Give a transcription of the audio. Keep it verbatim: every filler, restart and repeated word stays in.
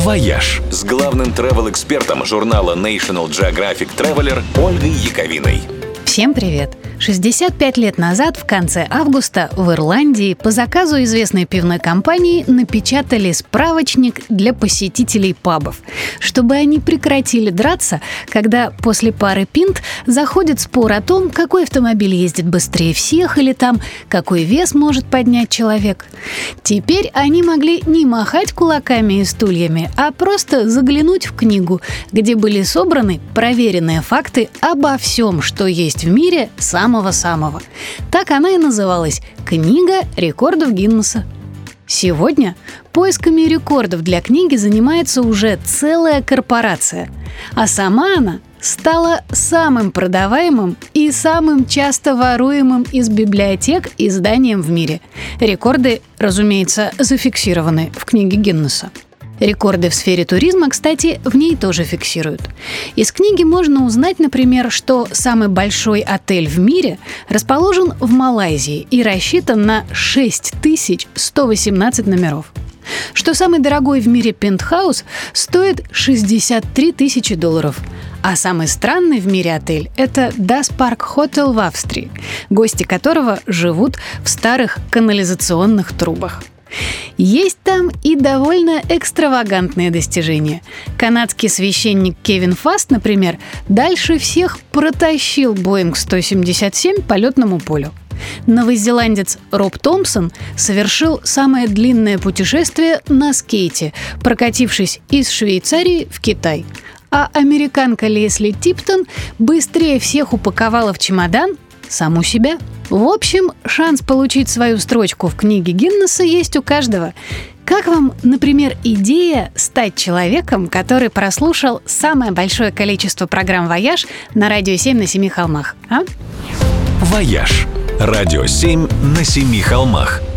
«Вояж» с главным travel-экспертом журнала National Geographic Traveler Ольгой Яковиной. Всем привет! шестьдесят пять лет назад, в конце августа, в Ирландии по заказу известной пивной компании напечатали справочник для посетителей пабов, чтобы они прекратили драться, когда после пары пинт заходит спор о том, какой автомобиль ездит быстрее всех или там, какой вес может поднять человек. Теперь они могли не махать кулаками и стульями, а просто заглянуть в книгу, где были собраны проверенные факты обо всем, что есть в мире самого-самого. Так она и называлась «Книга рекордов Гиннесса». Сегодня поисками рекордов для книги занимается уже целая корпорация, а сама она стала самым продаваемым и самым часто воруемым из библиотек изданием в мире. Рекорды, разумеется, зафиксированы в книге Гиннесса. Рекорды в сфере туризма, кстати, в ней тоже фиксируют. Из книги можно узнать, например, что самый большой отель в мире расположен в Малайзии и рассчитан на шесть тысяч сто восемнадцать номеров. Что самый дорогой в мире пентхаус стоит шестьдесят три тысячи долларов. А самый странный в мире отель – это Das Park Hotel в Австрии, гости которого живут в старых канализационных трубах. Есть там и довольно экстравагантные достижения. Канадский священник Кевин Фаст, например, дальше всех протащил Боинг сто семьдесят семь по летному полю. Новозеландец Роб Томпсон совершил самое длинное путешествие на скейте, прокатившись из Швейцарии в Китай. А американка Лесли Типтон быстрее всех упаковала в чемодан саму себя. В общем, шанс получить свою строчку в книге Гиннесса есть у каждого. Как вам, например, идея стать человеком, который прослушал самое большое количество программ «Вояж» на Радио семь на Семи холмах, а? «Вояж» – Радио семь на Семи холмах.